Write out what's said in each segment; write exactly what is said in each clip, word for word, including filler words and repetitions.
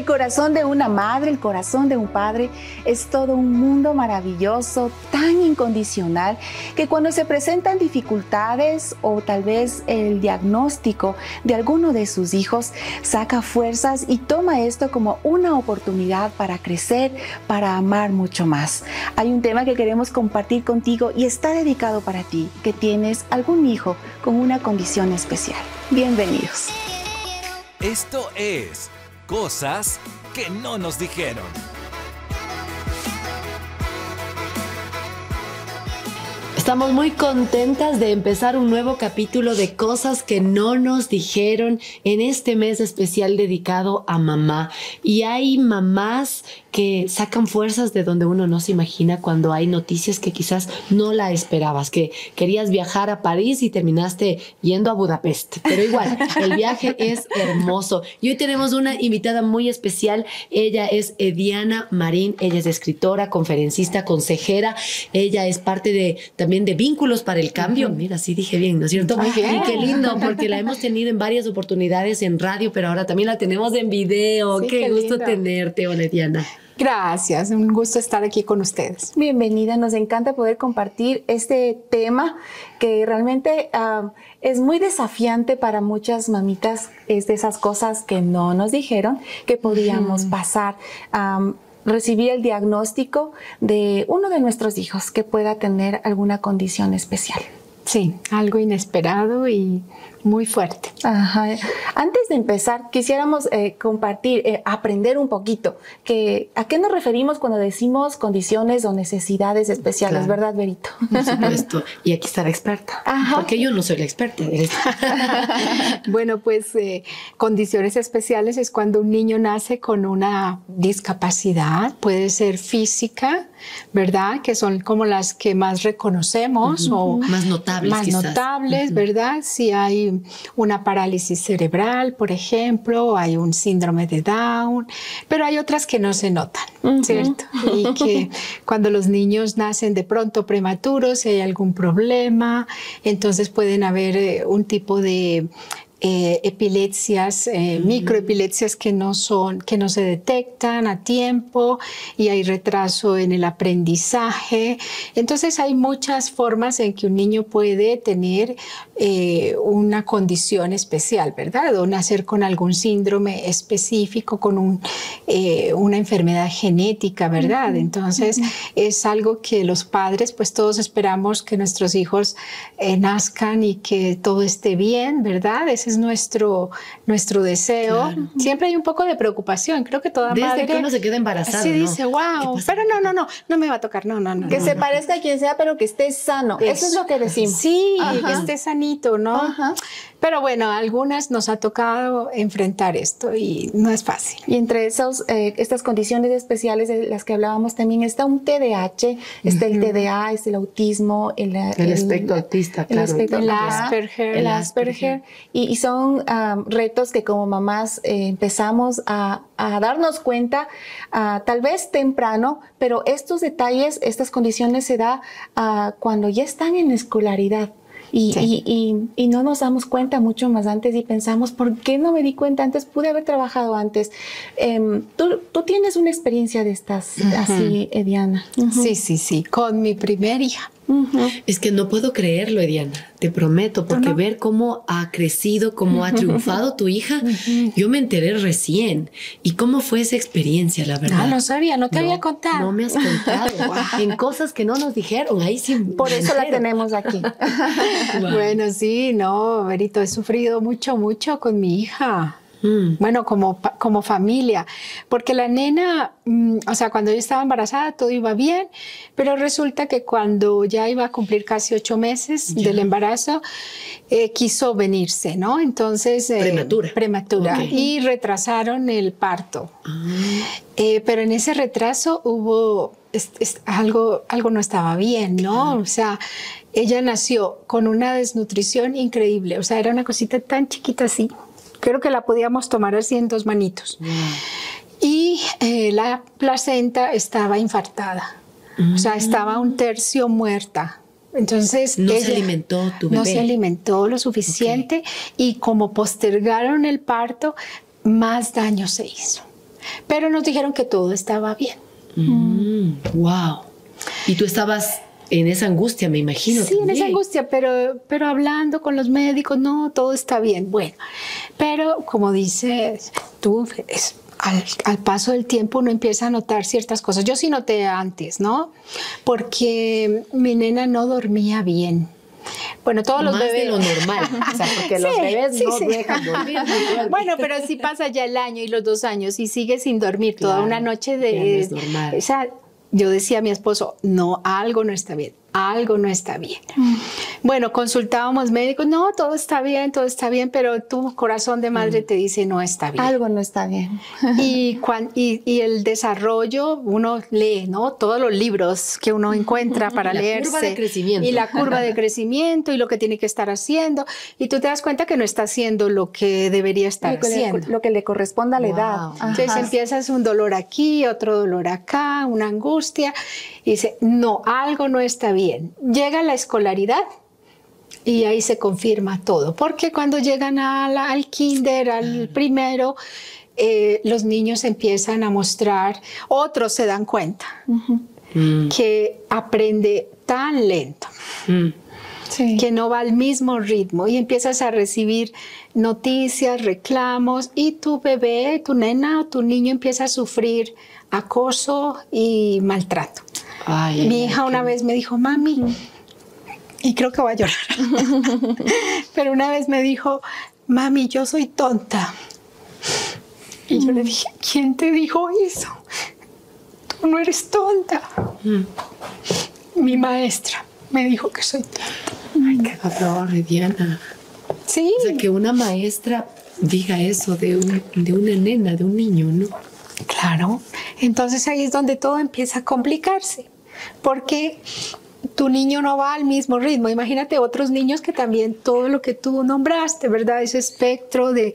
El corazón de una madre, el corazón de un padre es todo un mundo maravilloso, tan incondicional, que cuando se presentan dificultades o tal vez el diagnóstico de alguno de sus hijos, saca fuerzas y toma esto como una oportunidad para crecer, para amar mucho más. Hay un tema que queremos compartir contigo y está dedicado para ti, que tienes algún hijo con una condición especial. Bienvenidos. Esto es Cosas que no nos dijeron. Estamos muy contentas de empezar un nuevo capítulo de Cosas que no nos dijeron en este mes especial dedicado a mamá. Y hay mamás que sacan fuerzas de donde uno no se imagina cuando hay noticias que quizás no la esperabas, que querías viajar a París y terminaste yendo a Budapest. Pero igual, el viaje es hermoso. Y hoy tenemos una invitada muy especial. Ella es Ediana Marín. Ella es escritora, conferencista, consejera. Ella es parte de también de Vínculos para el Cambio. Uh-huh. Mira, sí dije bien, ¿no es cierto? Muy bien. Y qué lindo, porque la hemos tenido en varias oportunidades en radio, pero ahora también la tenemos en video. Sí, qué, qué gusto lindo tenerte. Hola, Ediana. Gracias, un gusto estar aquí con ustedes. Bienvenida, nos encanta poder compartir este tema que realmente uh, es muy desafiante para muchas mamitas. Es de esas cosas que no nos dijeron que podíamos uh-huh. pasar. Um, recibir el diagnóstico de uno de nuestros hijos que pueda tener alguna condición especial. Sí, algo inesperado y muy fuerte. Ajá. Antes de empezar, quisiéramos eh, compartir, eh, aprender un poquito que, a qué nos referimos cuando decimos condiciones o necesidades especiales, claro. ¿Verdad, Berito? Por supuesto. Y aquí está la experta. Ajá. Porque yo no soy la experta. Bueno, pues eh, condiciones especiales es cuando un niño nace con una discapacidad, puede ser física, ¿verdad? Que son como las que más reconocemos uh-huh. o más notables, más quizás. notables, uh-huh. ¿verdad? Si hay una parálisis cerebral, por ejemplo, hay un síndrome de Down, pero hay otras que no se notan, uh-huh. ¿cierto? Y que cuando los niños nacen de pronto prematuros, si hay algún problema, entonces pueden haber eh, un tipo de Eh, epilepsias, eh, mm. microepilepsias que no son, que no se detectan a tiempo y hay retraso en el aprendizaje. Entonces hay muchas formas en que un niño puede tener eh, una condición especial, ¿verdad? O nacer con algún síndrome específico, con un, eh, una enfermedad genética, ¿verdad? Mm-hmm. Entonces mm-hmm. es algo que los padres, pues todos esperamos que nuestros hijos eh, nazcan y que todo esté bien, ¿verdad? Ese es nuestro, nuestro deseo. Claro. Siempre hay un poco de preocupación. Creo que toda Desde madre... Desde que uno se queda embarazada, sí, ¿no? dice, wow, pero no, no, no, no me va a tocar, no, no, no. Que no, se no. parezca a quien sea, pero que esté sano. Eso, Eso es lo que decimos. Sí, Ajá. que esté sanito, ¿no? Ajá. Pero bueno, a algunas nos ha tocado enfrentar esto y no es fácil. Y entre esos, eh, estas condiciones especiales de las que hablábamos también está un T D A H, está uh-huh. el T D A, es el autismo, el, el, el espectro autista, claro. El, espectro, el Asperger. El Asperger. Y, y son um, retos que como mamás eh, empezamos a, a darnos cuenta, uh, tal vez temprano, pero estos detalles, estas condiciones se da uh, cuando ya están en la escolaridad. Y, sí. y, y, y no nos damos cuenta mucho más antes y pensamos, ¿por qué no me di cuenta antes? Pude haber trabajado antes. Eh, ¿tú, tú tienes una experiencia de estas uh-huh. así, Ediana? Uh-huh. Sí, sí, sí, con mi primer hija. Uh-huh. Es que no puedo creerlo, Ediana, te prometo, porque no? ver cómo ha crecido, cómo ha triunfado tu hija, uh-huh. yo me enteré recién. ¿Y cómo fue esa experiencia, la verdad? No, no sabía, no te no, había contado. No me has contado. Wow. En cosas que no nos dijeron, ahí sí. Por eso la tenemos aquí. Wow. Bueno, sí, no, Berito, he sufrido mucho, mucho con mi hija. Mm. Bueno, como, como familia, porque la nena, mm, o sea, cuando yo estaba embarazada todo iba bien, pero resulta que cuando ya iba a cumplir casi ocho meses yeah. del embarazo, eh, quiso venirse, ¿no? Entonces... Eh, prematura. Prematura. Okay. Y retrasaron el parto. Mm. Eh, pero en ese retraso hubo... Es, es, algo, algo no estaba bien, ¿no? O sea, ella nació con una desnutrición increíble, o sea, era una cosita tan chiquita así. Creo que la podíamos tomar así en dos manitos. Mm. Y eh, la placenta estaba infartada. Mm. O sea, estaba un tercio muerta. Entonces, no ella se alimentó tu bebé. No se alimentó lo suficiente. Okay. Y como postergaron el parto, más daño se hizo. Pero nos dijeron que todo estaba bien. Mm, wow. Y tú estabas en esa angustia, me imagino. Sí, también. en esa angustia, pero, pero hablando con los médicos, no, todo está bien. Bueno, pero como dices tú, es, al, al paso del tiempo uno empieza a notar ciertas cosas. Yo sí noté antes, ¿no? Porque mi nena no dormía bien. Bueno, todos Más los bebés. de lo normal. O sea, porque los Sí, bebés sí, no sí. dejan dormir. Bueno, pero si pasa ya el año y los dos años y sigue sin dormir Claro, toda una noche de... ya no es normal. O sea, yo decía a mi esposo, no, algo no está bien, algo no está bien. Mm. Bueno, consultábamos médicos, no, todo está bien, todo está bien, pero tu corazón de madre mm. te dice, no está bien. Algo no está bien. Y, cuan, y, y el desarrollo, uno lee, ¿no? Todos los libros que uno encuentra para la leerse. La curva de crecimiento. Y la curva de crecimiento y lo que tiene que estar haciendo. Y tú te das cuenta que no está haciendo lo que debería estar lo que haciendo. Le, lo que le corresponde a la wow. edad. Entonces Ajá. empiezas un dolor aquí, otro dolor acá, una angustia. Y dice, no, algo no está bien. Llega la escolaridad y ahí se confirma todo. Porque cuando llegan a la, al kinder, al primero, eh, los niños empiezan a mostrar, otros se dan cuenta uh-huh. mm. que aprende tan lento. Mm. Sí. Que no va al mismo ritmo y empiezas a recibir noticias, reclamos y tu bebé, tu nena o tu niño empieza a sufrir acoso y maltrato. Ay, Mi ay, hija ay, una qué... vez me dijo, mami, y creo que voy a llorar, pero una vez me dijo, mami, yo soy tonta. Y mm. yo le dije, ¿quién te dijo eso? Tú no eres tonta. Mm. Mi maestra me dijo que soy tonta. Ay, qué dolor, Diana. Sí. O sea, que una maestra diga eso de, un, de una nena, de un niño, ¿no? Claro. Entonces ahí es donde todo empieza a complicarse. Porque tu niño no va al mismo ritmo. Imagínate otros niños que también todo lo que tú nombraste, ¿verdad? Ese espectro de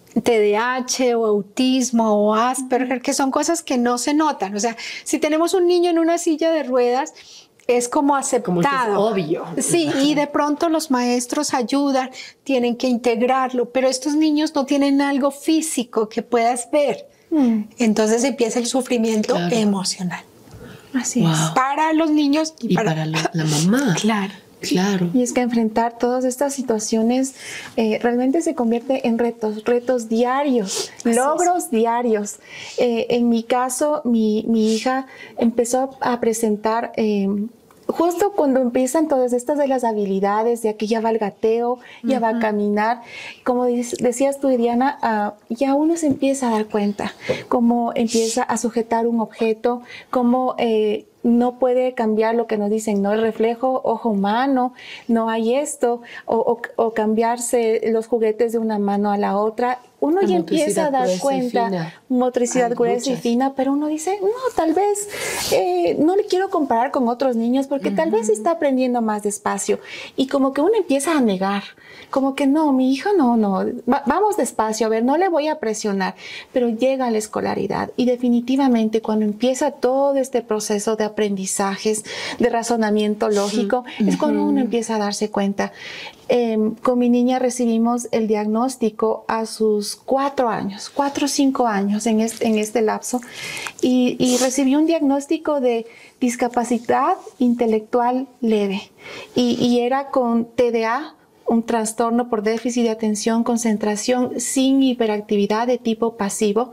T D A H o autismo o Asperger, que son cosas que no se notan. O sea, si tenemos un niño en una silla de ruedas, es como aceptado. Como que es obvio. Sí, y de pronto los maestros ayudan, tienen que integrarlo, pero estos niños no tienen algo físico que puedas ver. Mm. Entonces empieza el sufrimiento claro. emocional. Así wow. es. Para los niños y, y para, para la, la mamá. Claro. Claro. Y es que enfrentar todas estas situaciones eh, realmente se convierte en retos, retos diarios, Así logros es. diarios. Eh, en mi caso, mi, mi hija empezó a presentar... Eh, Justo cuando empiezan todas estas de las habilidades, de aquí ya va el gateo, ya uh-huh. va a caminar, como decías tú, Diana, uh, ya uno se empieza a dar cuenta, cómo empieza a sujetar un objeto, cómo eh, no puede cambiar lo que nos dicen, no el reflejo, ojo humano, no hay esto, o, o, o cambiarse los juguetes de una mano a la otra. Uno ya empieza a dar cuenta, motricidad gruesa y fina, pero uno dice, no, tal vez eh, no le quiero comparar con otros niños porque uh-huh. tal vez está aprendiendo más despacio. Y como que uno empieza a negar, como que no, mi hijo no, no, va, vamos despacio, a ver, no le voy a presionar. Pero llega la escolaridad y definitivamente cuando empieza todo este proceso de aprendizajes, de razonamiento lógico, uh-huh. es cuando uno empieza a darse cuenta. Eh, con mi niña recibimos el diagnóstico a sus cuatro años, cuatro o cinco años en este, en este lapso, y, y recibí un diagnóstico de discapacidad intelectual leve, y, y era con T D A, un trastorno por déficit de atención, concentración sin hiperactividad de tipo pasivo.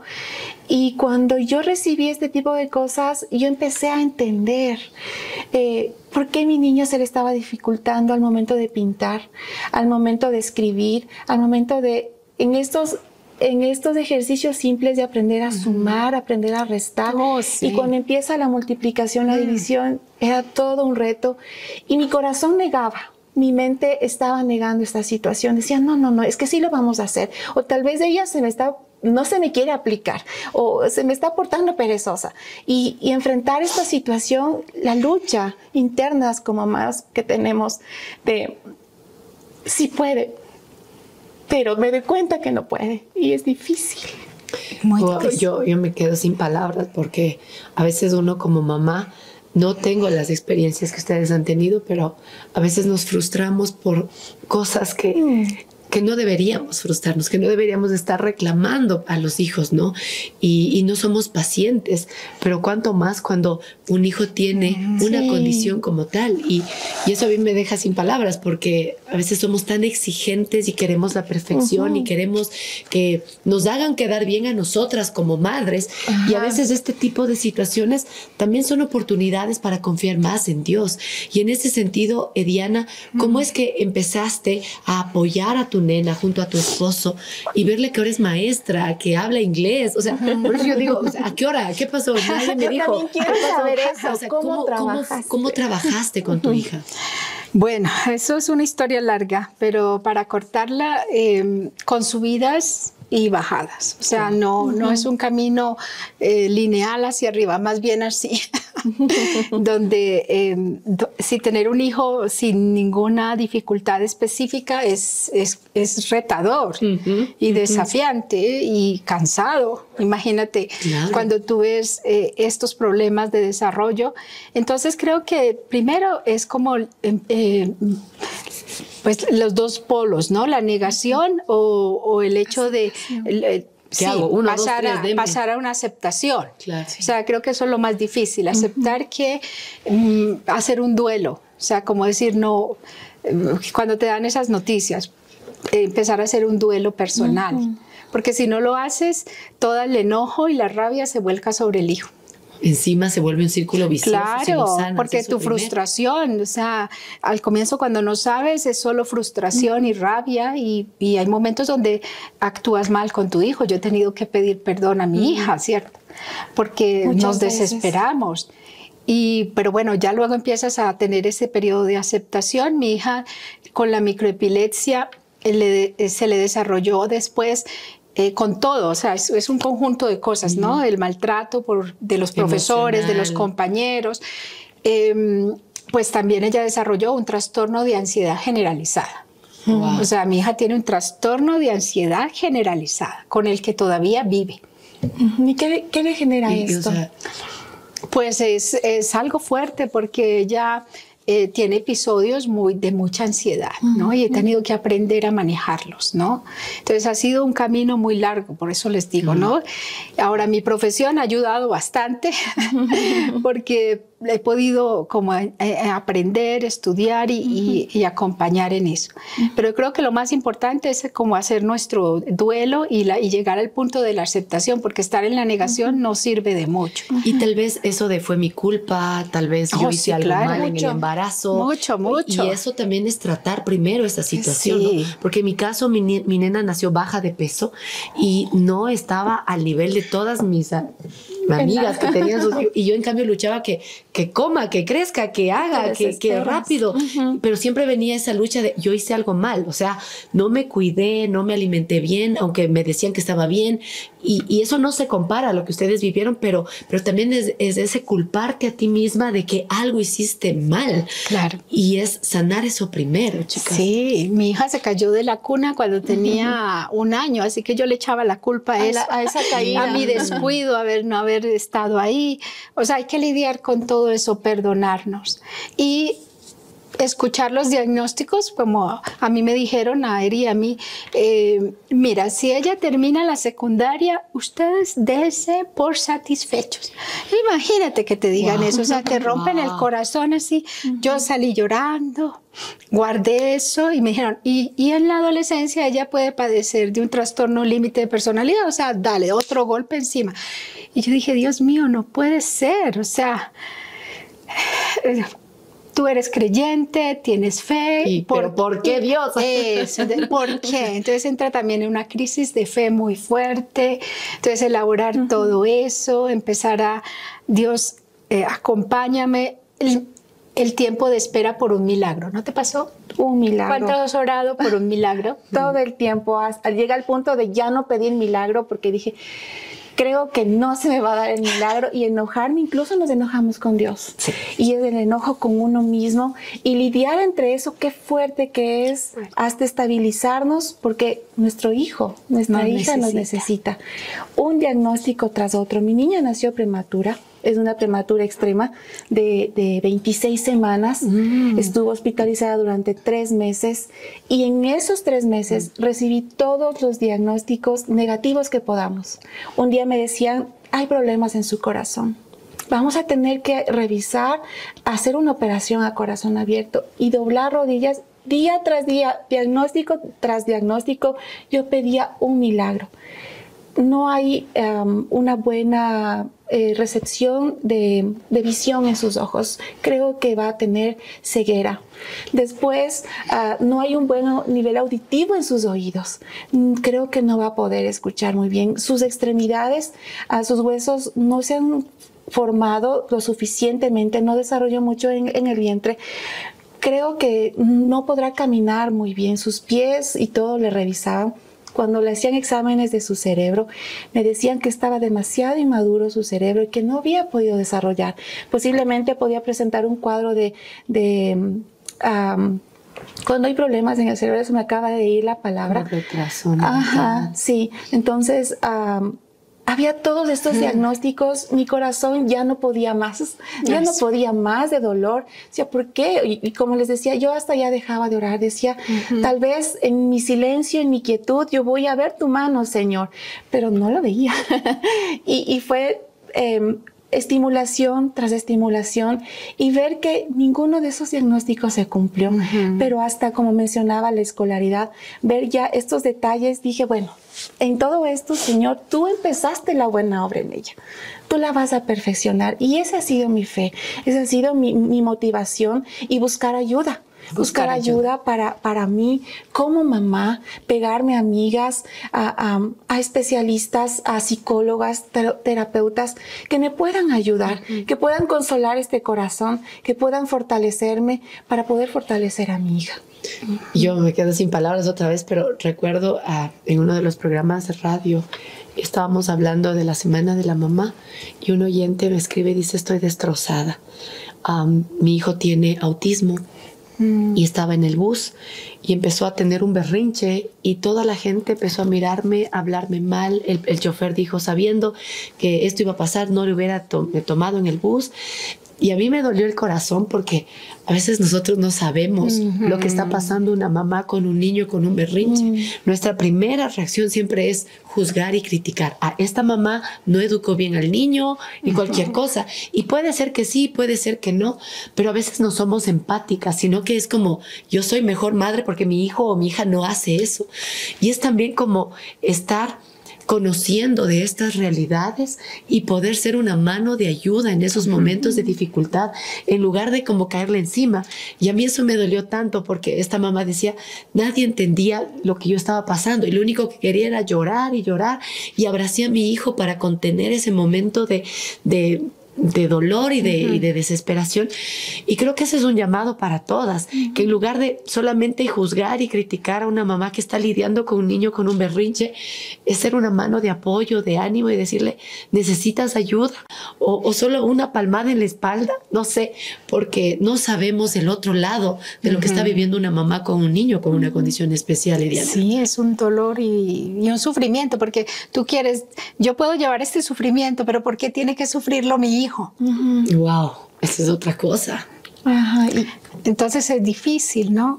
Y cuando yo recibí este tipo de cosas, yo empecé a entender eh, por qué a mi niño se le estaba dificultando al momento de pintar, al momento de escribir, al momento de, en estos, en estos ejercicios simples de aprender a sumar, uh-huh. aprender a restar. Oh, sí. Y cuando empieza la multiplicación, la división, uh-huh. era todo un reto. Y mi corazón negaba. Mi mente estaba negando esta situación. Decía, no, no, no, es que sí lo vamos a hacer. O tal vez ella se me está, no se me quiere aplicar. O se me está portando perezosa. Y, y enfrentar esta situación, la lucha interna como mamás que tenemos de, sí puede, pero me doy cuenta que no puede. Y es difícil. Muy difícil. Yo, yo me quedo sin palabras porque a veces uno como mamá, no tengo las experiencias que ustedes han tenido, pero a veces nos frustramos por cosas que, mm. que no deberíamos frustrarnos, que no deberíamos estar reclamando a los hijos, ¿no? Y, y no somos pacientes, pero cuánto más cuando un hijo tiene una sí. condición como tal. Y, y eso a mí me deja sin palabras, porque a veces somos tan exigentes y queremos la perfección uh-huh. y queremos que nos hagan quedar bien a nosotras como madres. Uh-huh. Y a veces este tipo de situaciones también son oportunidades para confiar más en Dios. Y en ese sentido, Ediana, ¿cómo uh-huh. es que empezaste a apoyar a tu nena junto a tu esposo y verle que ahora es maestra, que habla inglés? O sea, por eso yo digo, o sea, ¿a qué hora? ¿Qué pasó? Nadie me yo dijo. También quiero saber eso. O sea, ¿cómo, ¿cómo, trabajaste? ¿cómo, ¿Cómo trabajaste con tu hija? Bueno, eso es una historia larga, pero para cortarla, eh, con subidas y bajadas. O sea, no, uh-huh. no es un camino eh, lineal hacia arriba, más bien así. Donde eh, do, si tener un hijo sin ninguna dificultad específica es, es, es retador uh-huh, y desafiante uh-huh. y cansado. Imagínate, claro. cuando tú ves eh, estos problemas de desarrollo. Entonces creo que primero es como eh, pues los dos polos, ¿no? La negación o, o el hecho de... El, ¿Qué sí, hago? Uno, pasar, dos, tres, a, pasar a una aceptación. Claro. O sea, creo que eso es lo más difícil, aceptar uh-huh. que um, hacer un duelo. O sea, como decir, no, cuando te dan esas noticias, eh, empezar a hacer un duelo personal. Uh-huh. Porque si no lo haces, todo el enojo y la rabia se vuelca sobre el hijo. Encima se vuelve un círculo vicioso. Claro, si no sanas, porque tu primero. frustración, o sea, al comienzo cuando no sabes es solo frustración mm. y rabia y, y hay momentos donde actúas mal con tu hijo. Yo he tenido que pedir perdón a mi mm. hija, ¿cierto? Porque Muchas nos desesperamos. Veces. Y, pero bueno, ya luego empiezas a tener ese periodo de aceptación. Mi hija con la microepilepsia le, se le desarrolló después Eh, con todo, o sea, es, es un conjunto de cosas, ¿no? El maltrato por, de los profesores, Emocional. de los compañeros. Eh, pues también ella desarrolló un trastorno de ansiedad generalizada. Wow. O sea, mi hija tiene un trastorno de ansiedad generalizada con el que todavía vive. ¿Y qué, qué le genera y, esto? O sea, pues es, es algo fuerte porque ella... Eh, tiene episodios muy, de mucha ansiedad, ¿no? Y he tenido que aprender a manejarlos, ¿no? Entonces ha sido un camino muy largo, por eso les digo, ¿no? Ahora mi profesión ha ayudado bastante porque he podido como a, a aprender, estudiar y, y, y acompañar en eso. Pero creo que lo más importante es como hacer nuestro duelo y, la, y llegar al punto de la aceptación, porque estar en la negación no sirve de mucho. Y tal vez eso de fue mi culpa, tal vez yo oh, hice sí, algo claro, mal mucho, en el embarazo. Mucho, mucho. Y eso también es tratar primero esa situación, sí. ¿no? Porque en mi caso mi, mi nena nació baja de peso y no estaba al nivel de todas mis amigas que tenían sus... Y yo en cambio luchaba que, que coma, que crezca, que haga, que, que rápido. Uh-huh. Pero siempre venía esa lucha de yo hice algo mal. O sea, no me cuidé, no me alimenté bien, aunque me decían que estaba bien. Y, y eso no se compara a lo que ustedes vivieron, pero, pero también es, es ese culparte a ti misma de que algo hiciste mal. Claro. Y es sanar eso primero, chicas. Sí, mi hija se cayó de la cuna cuando tenía uh-huh. un año, así que yo le echaba la culpa a, a, eso, la, a esa caída. A mi descuido, a ver, no haber estado ahí. O sea, hay que lidiar con todo eso, perdonarnos. Y escuchar los diagnósticos, como a mí me dijeron, a Eri y a mí, eh, mira, si ella termina la secundaria, ustedes dense por satisfechos. Imagínate que te digan wow. eso, o sea, te rompen wow. el corazón así. Uh-huh. Yo salí llorando, guardé eso y me dijeron, y, y en la adolescencia ella puede padecer de un trastorno límite de personalidad, o sea, dale, otro golpe encima. Y yo dije, Dios mío, no puede ser, o sea... Eh, tú eres creyente, tienes fe. ¿Y por, pero ¿por qué Dios? Eso, ¿por qué? Entonces entra también en una crisis de fe muy fuerte. Entonces elaborar uh-huh. todo eso, empezar a, Dios, eh, acompáñame. El, el tiempo de espera por un milagro, ¿no te pasó? Un milagro. ¿Cuánto has orado por un milagro? Todo el tiempo. Hasta, llega al punto de ya no pedir milagro porque dije... creo que no se me va a dar el milagro y enojarme, incluso nos enojamos con Dios. Sí. Y es el enojo con uno mismo y lidiar entre eso, qué fuerte que es, hasta estabilizarnos porque nuestro hijo, nuestra nos hija necesita. nos necesita. Un diagnóstico tras otro. Mi niña nació prematura. es una prematura extrema de, de veintiséis semanas. Mm. Estuvo hospitalizada durante tres meses y en esos tres meses mm. recibí todos los diagnósticos negativos que podamos. Un día me decían, hay problemas en su corazón. Vamos a tener que revisar, hacer una operación a corazón abierto y doblar rodillas día tras día, diagnóstico tras diagnóstico. Yo pedía un milagro. No hay um, una buena eh, recepción de, de visión en sus ojos. Creo que va a tener ceguera. Después, uh, no hay un buen nivel auditivo en sus oídos. Creo que no va a poder escuchar muy bien. Sus extremidades, uh, sus huesos no se han formado lo suficientemente, no desarrolló mucho en, en el vientre. Creo que no podrá caminar muy bien. Sus pies y todo le revisaban. Cuando le hacían exámenes de su cerebro, me decían que estaba demasiado inmaduro su cerebro y que no había podido desarrollar. Posiblemente podía presentar un cuadro de... de um, cuando hay problemas en el cerebro, se me acaba de ir la palabra. Un retraso. Ajá, sí. Entonces... Um, había todos estos uh-huh. diagnósticos, mi corazón ya no podía más, ya yes. no podía más de dolor. Decía, ¿por qué? Y, y como les decía, yo hasta ya dejaba de orar. Decía, uh-huh. tal vez en mi silencio, en mi quietud, yo voy a ver tu mano, Señor. Pero no lo veía. y, y fue... Eh, estimulación tras estimulación y ver que ninguno de esos diagnósticos se cumplió. Uh-huh. Pero hasta, como mencionaba, la escolaridad, ver ya estos detalles, dije, bueno, en todo esto, Señor, tú empezaste la buena obra en ella. Tú la vas a perfeccionar. Y esa ha sido mi fe, esa ha sido mi, mi motivación y buscar ayuda. Buscar, buscar ayuda, ayuda para, para mí como mamá, pegarme a amigas, a, a, a especialistas, a psicólogas, ter, terapeutas que me puedan ayudar, uh-huh. que puedan consolar este corazón, que puedan fortalecerme para poder fortalecer a mi hija. Yo me quedo sin palabras otra vez, pero recuerdo uh, en uno de los programas de radio estábamos hablando de la Semana de la Mamá y un oyente me escribe y dice, estoy destrozada. Um, mi hijo tiene autismo. Y estaba en el bus y empezó a tener un berrinche y toda la gente empezó a mirarme, a hablarme mal. El, el chofer dijo, sabiendo que esto iba a pasar, no le hubiera to- tomado en el bus. Y a mí me dolió el corazón porque a veces nosotros no sabemos uh-huh. lo que está pasando una mamá con un niño con un berrinche. Uh-huh. Nuestra primera reacción siempre es juzgar y criticar. A esta mamá no educó bien al niño y cualquier uh-huh. cosa. Y puede ser que sí, puede ser que no, pero a veces no somos empáticas, sino que es como yo soy mejor madre porque mi hijo o mi hija no hace eso. Y es también como estar conociendo de estas realidades y poder ser una mano de ayuda en esos momentos de dificultad, en lugar de como caerle encima. Y a mí eso me dolió tanto porque esta mamá decía, nadie entendía lo que yo estaba pasando y lo único que quería era llorar y llorar y abracé a mi hijo para contener ese momento de... de de dolor y de, uh-huh. y de desesperación. Y creo que ese es un llamado para todas, uh-huh. que en lugar de solamente juzgar y criticar a una mamá que está lidiando con un niño con un berrinche, es ser una mano de apoyo, de ánimo y decirle, necesitas ayuda o, o solo una palmada en la espalda, no sé, porque no sabemos el otro lado de lo uh-huh. que está viviendo una mamá con un niño con una condición especial. Eliana. Sí, es un dolor y, y un sufrimiento, porque tú quieres, yo puedo llevar este sufrimiento, pero ¿por qué tiene que sufrirlo mi hijo? Hijo. Uh-huh. Wow, esa es otra cosa. Ajá, y entonces es difícil, ¿no?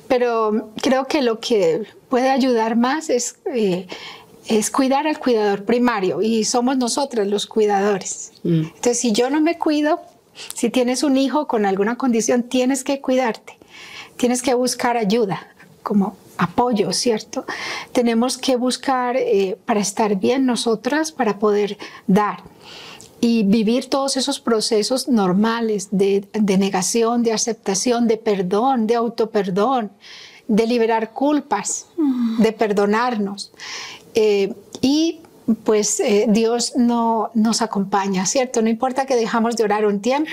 Pero creo que lo que puede ayudar más es, eh, es cuidar al cuidador primario y somos nosotros los cuidadores. Mm. Entonces, si yo no me cuido, si tienes un hijo con alguna condición, tienes que cuidarte, tienes que buscar ayuda, como apoyo, ¿cierto? Tenemos que buscar eh, para estar bien nosotras, para poder dar. Y vivir todos esos procesos normales de, de negación, de aceptación, de perdón, de autoperdón, de liberar culpas, mm. de perdonarnos. Eh, y pues eh, Dios no, nos acompaña, ¿cierto? No importa que dejamos de orar un tiempo.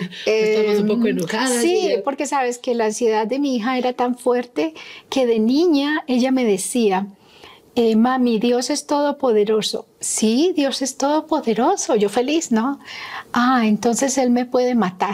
eh, Estamos un poco enojadas. Sí, y... porque sabes que la ansiedad de mi hija era tan fuerte que de niña ella me decía, Eh, mami, Dios es todopoderoso. Sí, Dios es todopoderoso. Yo feliz, ¿no? Ah, entonces Él me puede matar.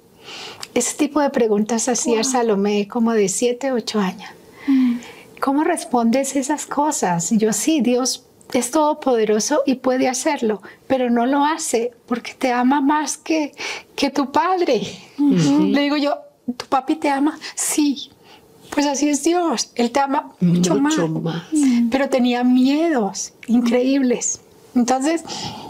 Ese tipo de preguntas hacía wow. Salomé como de siete, ocho años. Mm. ¿Cómo respondes esas cosas? Y yo, sí, Dios es todopoderoso y puede hacerlo, pero no lo hace porque te ama más que, que tu padre. Uh-huh. Le digo yo, ¿tu papi te ama? Sí. Pues así es Dios. Él te ama mucho, mucho más. más. Pero tenía miedos increíbles. Entonces,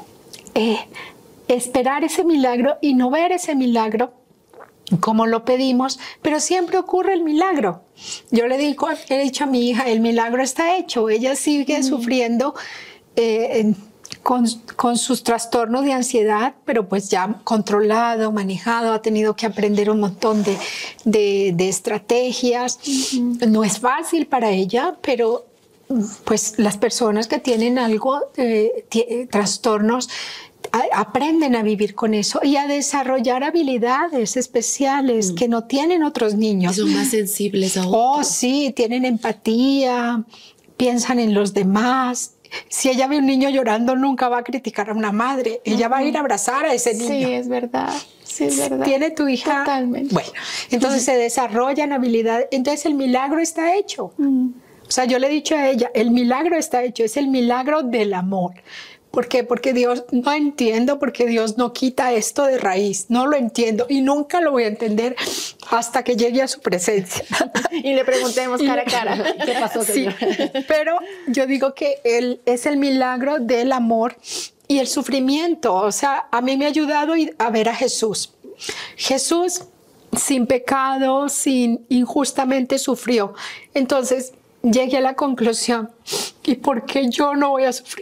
eh, esperar ese milagro y no ver ese milagro como lo pedimos, pero siempre ocurre el milagro. Yo le digo, he dicho a mi hija, el milagro está hecho. Ella sigue mm. sufriendo eh, con, con sus trastornos de ansiedad, pero pues ya controlado, manejado, ha tenido que aprender un montón de, de, de estrategias. Mm-hmm. No es fácil para ella, pero pues las personas que tienen algo, eh, t- trastornos, aprenden a vivir con eso y a desarrollar habilidades especiales mm. que no tienen otros niños. Son más sensibles a otros. Oh, sí, tienen empatía, piensan en los demás. Si ella ve un niño llorando, nunca va a criticar a una madre. Ella uh-huh. va a ir a abrazar a ese niño. Sí, es verdad. Sí, es verdad. ¿Tiene tu hija? Totalmente. Bueno, entonces uh-huh. se desarrollan habilidades. Entonces el milagro está hecho. Uh-huh. O sea, yo le he dicho a ella, el milagro está hecho. Es el milagro del amor. ¿Por qué? Porque Dios, no entiendo por qué Dios no quita esto de raíz. No lo entiendo y nunca lo voy a entender hasta que llegue a su presencia. Y le preguntemos cara a cara. ¿Qué pasó, señor? Sí, pero yo digo que él es el milagro del amor y el sufrimiento. O sea, a mí me ha ayudado a ver a Jesús. Jesús sin pecado, sin injustamente sufrió. Entonces llegué a la conclusión, ¿y por qué yo no voy a sufrir?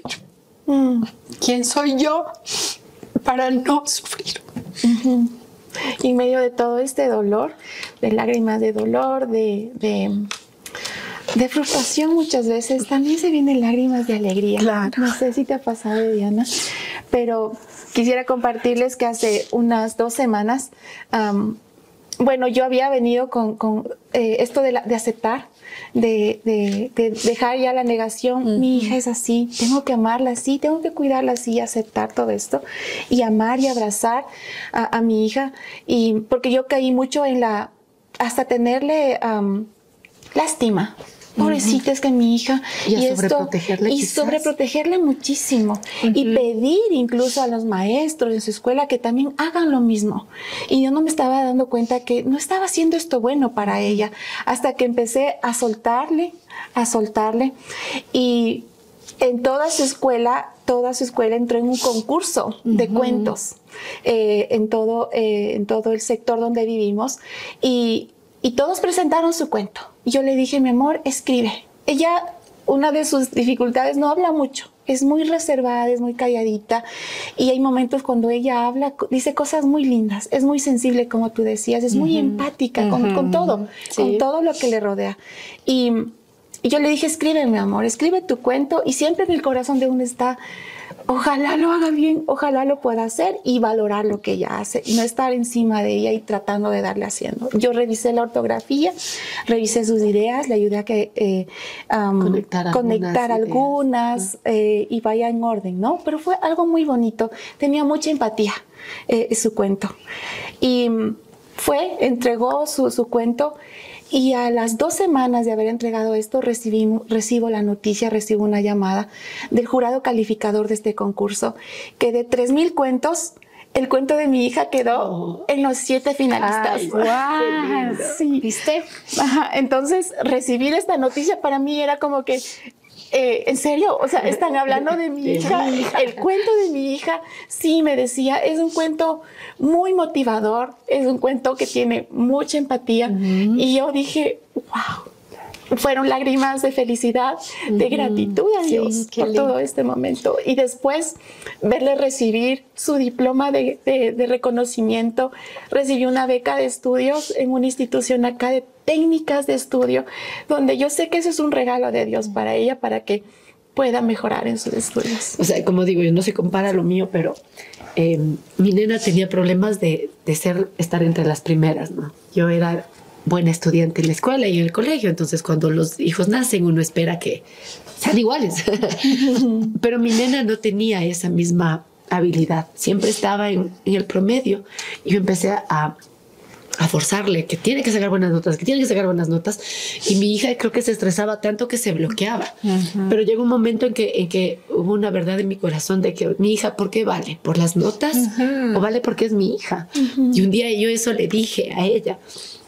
¿Quién soy yo para no sufrir? Uh-huh. Y en medio de todo este dolor, de lágrimas de dolor, de, de, de frustración muchas veces, también se vienen lágrimas de alegría. Claro. No sé si te ha pasado, Diana, pero quisiera compartirles que hace unas dos semanas, um, bueno, yo había venido con, con eh, esto de, la, de aceptar, De, de, de dejar ya la negación. Uh-huh. Mi hija es así, tengo que amarla así, tengo que cuidarla así, aceptar todo esto y amar y abrazar a, a mi hija. Y porque yo caí mucho en la, hasta tenerle um, lástima. Pobrecita, uh-huh. es que mi hija y, y esto sobreprotegerle y sobreprotegerle muchísimo uh-huh. y pedir incluso a los maestros en su escuela que también hagan lo mismo. Y yo no me estaba dando cuenta que no estaba haciendo esto bueno para ella hasta que empecé a soltarle, a soltarle y en toda su escuela, toda su escuela entró en un concurso uh-huh. de cuentos eh, en todo eh, en todo el sector donde vivimos y Y todos presentaron su cuento. Y yo le dije, mi amor, escribe. Ella, una de sus dificultades, no habla mucho. Es muy reservada, es muy calladita. Y hay momentos cuando ella habla, dice cosas muy lindas. Es muy sensible, como tú decías. Es muy uh-huh. empática uh-huh. con, con todo, sí. con todo lo que le rodea. Y, y yo le dije, escribe, mi amor, escribe tu cuento. Y siempre en el corazón de uno está, ojalá lo haga bien, ojalá lo pueda hacer y valorar lo que ella hace y no estar encima de ella y tratando de darle haciendo. Yo revisé la ortografía, revisé sus ideas, le ayudé a que eh, um, conectar, conectar algunas, algunas eh, y vaya en orden, ¿no? Pero fue algo muy bonito, tenía mucha empatía eh, su cuento. Y fue, entregó su, su cuento. Y a las dos semanas de haber entregado esto, recibí, recibo la noticia, recibo una llamada del jurado calificador de este concurso, que de tres mil cuentos, el cuento de mi hija quedó oh. en los siete finalistas. Ay, wow. Sí. ¿Viste? Ajá. Entonces, recibir esta noticia para mí era como que, eh, ¿en serio? O sea, están hablando de mi hija. El cuento de mi hija, sí, me decía, es un cuento muy motivador, es un cuento que tiene mucha empatía. Uh-huh. Y yo dije, wow. Fueron lágrimas de felicidad, uh-huh. de gratitud a Dios sí, por lindo. Todo este momento. Y después verle recibir su diploma de, de, de reconocimiento. Recibió una beca de estudios en una institución acá de técnicas de estudio, donde yo sé que eso es un regalo de Dios para ella, para que pueda mejorar en sus estudios. O sea, como digo, yo no se compara a lo mío, pero eh, mi nena tenía problemas de, de ser, estar entre las primeras, ¿no? Yo era buena estudiante en la escuela y en el colegio, entonces cuando los hijos nacen uno espera que sean iguales. Pero mi nena no tenía esa misma habilidad, siempre estaba en, en el promedio. Y yo empecé a, a forzarle que tiene que sacar buenas notas, que tiene que sacar buenas notas. Y mi hija creo que se estresaba tanto que se bloqueaba. Uh-huh. Pero llegó un momento en que, en que hubo una verdad en mi corazón de que mi hija, ¿por qué vale? ¿Por las notas? Uh-huh. ¿O vale porque es mi hija? Uh-huh. Y un día yo eso le dije a ella.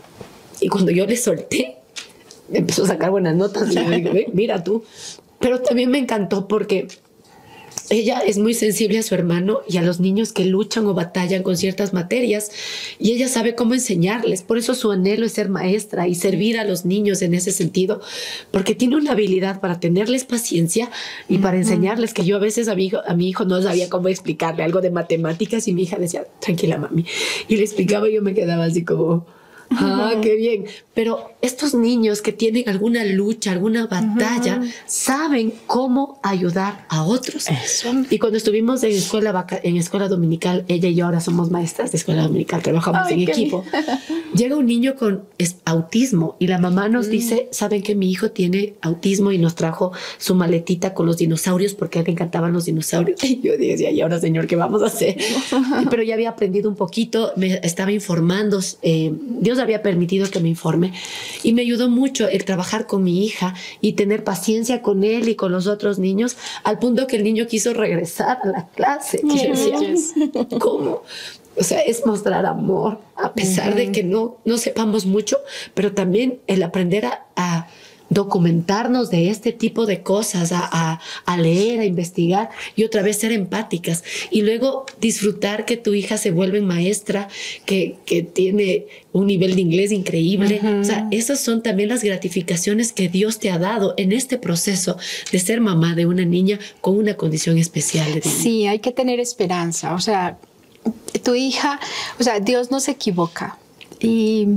Y cuando yo le solté, empezó a sacar buenas notas. Y yo digo, mira tú. Pero también me encantó porque ella es muy sensible a su hermano y a los niños que luchan o batallan con ciertas materias, y ella sabe cómo enseñarles. Por eso su anhelo es ser maestra y servir a los niños en ese sentido, porque tiene una habilidad para tenerles paciencia y para enseñarles, que yo a veces a mi hijo, a mi hijo no sabía cómo explicarle algo de matemáticas y mi hija decía, tranquila mami, y le explicaba y yo me quedaba así como... Ah, qué bien. Pero estos niños que tienen alguna lucha, alguna batalla, uh-huh. saben cómo ayudar a otros. Eso. Y cuando estuvimos en escuela vaca- en escuela dominical, ella y yo ahora somos maestras de escuela dominical, trabajamos Ay, en equipo. Llega un niño con es, autismo y la mamá nos mm. dice, saben que mi hijo tiene autismo, y nos trajo su maletita con los dinosaurios porque a él le encantaban los dinosaurios. Y yo decía, ¿y ahora, señor, qué vamos a hacer? Pero ya había aprendido un poquito, me estaba informando. Eh, Dios había permitido que me informe y me ayudó mucho el trabajar con mi hija y tener paciencia con él y con los otros niños, al punto que el niño quiso regresar a la clase. Y yo decía, ¿cómo? O sea, es mostrar amor a pesar uh-huh. de que no, no sepamos mucho, pero también el aprender a, a documentarnos de este tipo de cosas, a, a, a leer, a investigar, y otra vez ser empáticas, y luego disfrutar que tu hija se vuelve maestra, que, que tiene un nivel de inglés increíble. Uh-huh. O sea, esas son también las gratificaciones que Dios te ha dado en este proceso de ser mamá de una niña con una condición especial de vida. Sí, hay que tener esperanza. O sea, tu hija, o sea, Dios no se equivoca y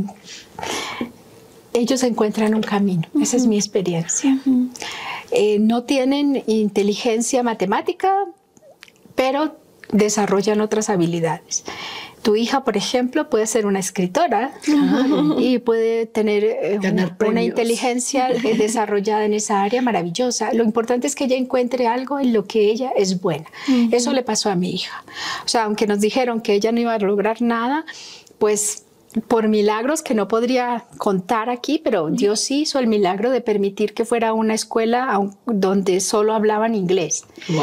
ellos encuentran un camino. Uh-huh. Esa es mi experiencia. Uh-huh. Eh, no tienen inteligencia matemática, pero desarrollan otras habilidades. Tu hija, por ejemplo, puede ser una escritora uh-huh. y puede tener eh, una, una inteligencia desarrollada en esa área maravillosa. Lo importante es que ella encuentre algo en lo que ella es buena. Uh-huh. Eso le pasó a mi hija. O sea, aunque nos dijeron que ella no iba a lograr nada, pues por milagros que no podría contar aquí, pero Dios sí hizo el milagro de permitir que fuera a una escuela donde solo hablaban inglés. Wow.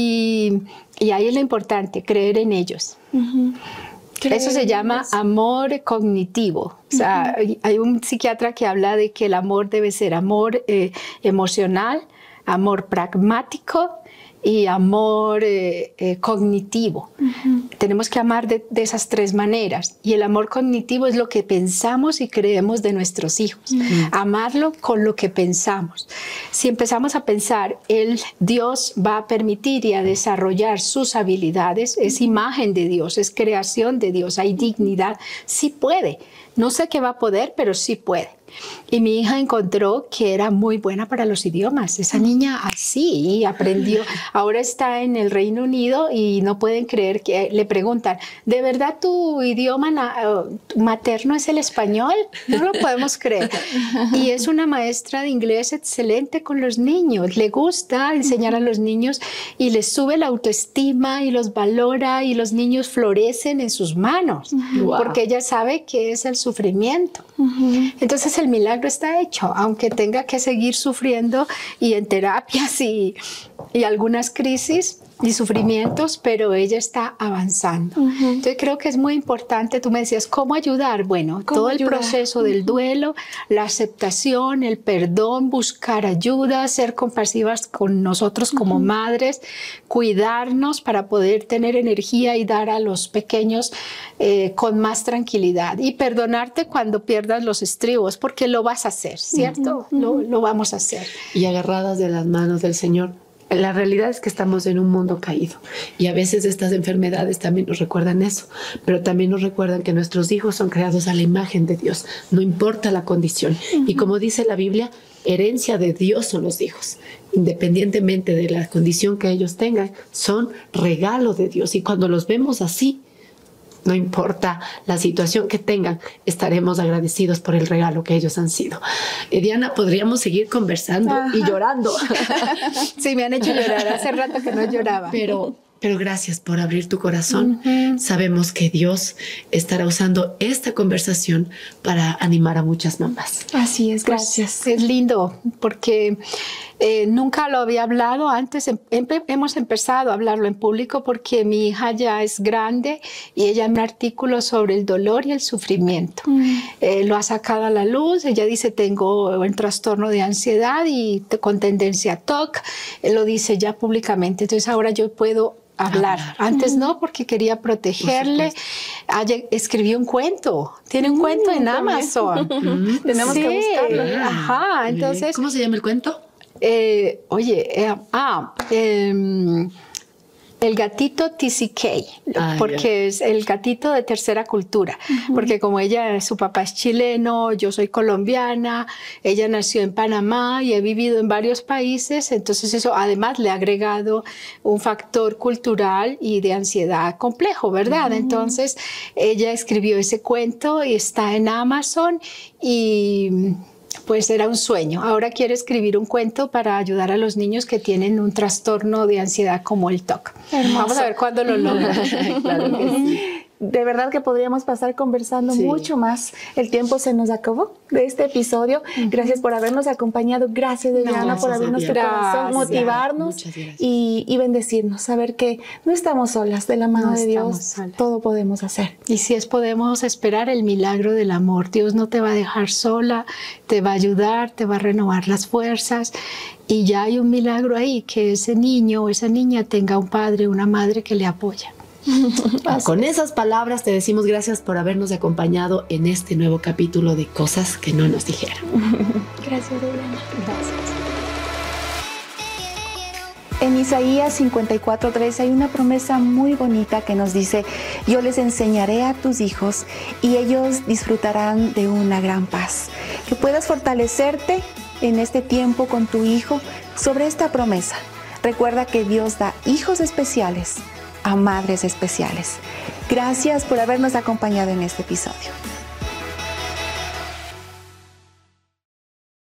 Y, y ahí es lo importante, creer en ellos. Uh-huh. Eso se llama amor cognitivo. O sea, uh-huh. hay un psiquiatra que habla de que el amor debe ser amor eh, emocional, amor pragmático y amor eh, eh, cognitivo. Uh-huh. Tenemos que amar de, de esas tres maneras. Y el amor cognitivo es lo que pensamos y creemos de nuestros hijos. Uh-huh. Amarlo con lo que pensamos. Si empezamos a pensar, el Dios va a permitir y a desarrollar sus habilidades, es imagen de Dios, es creación de Dios, hay dignidad, sí puede. No sé qué va a poder, pero sí puede. Y mi hija encontró que era muy buena para los idiomas. Esa niña así aprendió. Ahora está en el Reino Unido y no pueden creer que le preguntan, ¿de verdad tu idioma materno es el español? No lo podemos creer. Y es una maestra de inglés excelente con los niños. Le gusta enseñar a los niños y les sube la autoestima y los valora, y los niños florecen en sus manos. Wow. Porque ella sabe que es el sufrimiento. Uh-huh. Entonces el milagro está hecho, aunque tenga que seguir sufriendo y en terapias y, y algunas crisis y sufrimientos, pero ella está avanzando. Uh-huh. Entonces creo que es muy importante. Tú me decías, ¿cómo ayudar? Bueno, todo el ayudar? proceso del duelo, la aceptación, el perdón, buscar ayuda, ser compasivas con nosotros como uh-huh. madres, cuidarnos para poder tener energía y dar a los pequeños eh, con más tranquilidad, y perdonarte cuando pierdas los estribos, porque lo vas a hacer, ¿cierto? Uh-huh. Lo, lo vamos a hacer. Y agarradas de las manos del Señor. La realidad es que estamos en un mundo caído, y a veces estas enfermedades también nos recuerdan eso, pero también nos recuerdan que nuestros hijos son creados a la imagen de Dios, no importa la condición. Uh-huh. Y como dice la Biblia, herencia de Dios son los hijos, independientemente de la condición que ellos tengan, son regalo de Dios. Y cuando los vemos así, no importa la situación que tengan, estaremos agradecidos por el regalo que ellos han sido. Eh, Diana, podríamos seguir conversando Ajá. y llorando. Sí, me han hecho llorar. Hace rato que no lloraba. Pero Pero gracias por abrir tu corazón. Uh-huh. Sabemos que Dios estará usando esta conversación para animar a muchas mamás. Así es, gracias. Pues es lindo porque eh, nunca lo había hablado antes. Em- em- hemos empezado a hablarlo en público porque mi hija ya es grande y ella en un artículo sobre el dolor y el sufrimiento. Uh-huh. Eh, lo ha sacado a la luz. Ella dice, tengo un trastorno de ansiedad y te, con tendencia a T O C. Eh, lo dice ya públicamente. Entonces ahora yo puedo hablar. hablar. Antes no, porque quería protegerle. Ayer escribió un cuento. Tiene un mm, cuento en Amazon. Mm. Tenemos sí. que buscarlo. Ajá. Entonces, ¿cómo se llama el cuento? Eh, oye, eh, ah, eh, el gatito T C K, ah, porque yeah. es el gatito de tercera cultura, uh-huh. porque como ella, su papá es chileno, yo soy colombiana, ella nació en Panamá y he vivido en varios países, entonces eso además le ha agregado un factor cultural y de ansiedad complejo, ¿verdad? Uh-huh. Entonces ella escribió ese cuento y está en Amazon y... pues era un sueño. Ahora quiere escribir un cuento para ayudar a los niños que tienen un trastorno de ansiedad como el T O C. Hermoso. Vamos a ver cuándo lo logra. Claro que sí. De verdad que podríamos pasar conversando sí. mucho más. El tiempo se nos acabó de este episodio. Uh-huh. Gracias por habernos acompañado. Gracias, Diana, no, por abrirnos tu corazón, motivarnos y, y bendecirnos. Saber que no estamos solas, de la mano no de Dios. Solas. Todo podemos hacer. Y si es, podemos esperar el milagro del amor. Dios no te va a dejar sola, te va a ayudar, te va a renovar las fuerzas. Y ya hay un milagro ahí, que ese niño o esa niña tenga un padre, una madre que le apoya. Con esas palabras te decimos gracias por habernos acompañado en este nuevo capítulo de Cosas que no nos dijeron. Gracias, Diana. Gracias. En Isaías cincuenta y cuatro tres hay una promesa muy bonita que nos dice: yo les enseñaré a tus hijos y ellos disfrutarán de una gran paz. Que puedas fortalecerte en este tiempo con tu hijo sobre esta promesa. Recuerda que Dios da hijos especiales a madres especiales. Gracias por habernos acompañado en este episodio.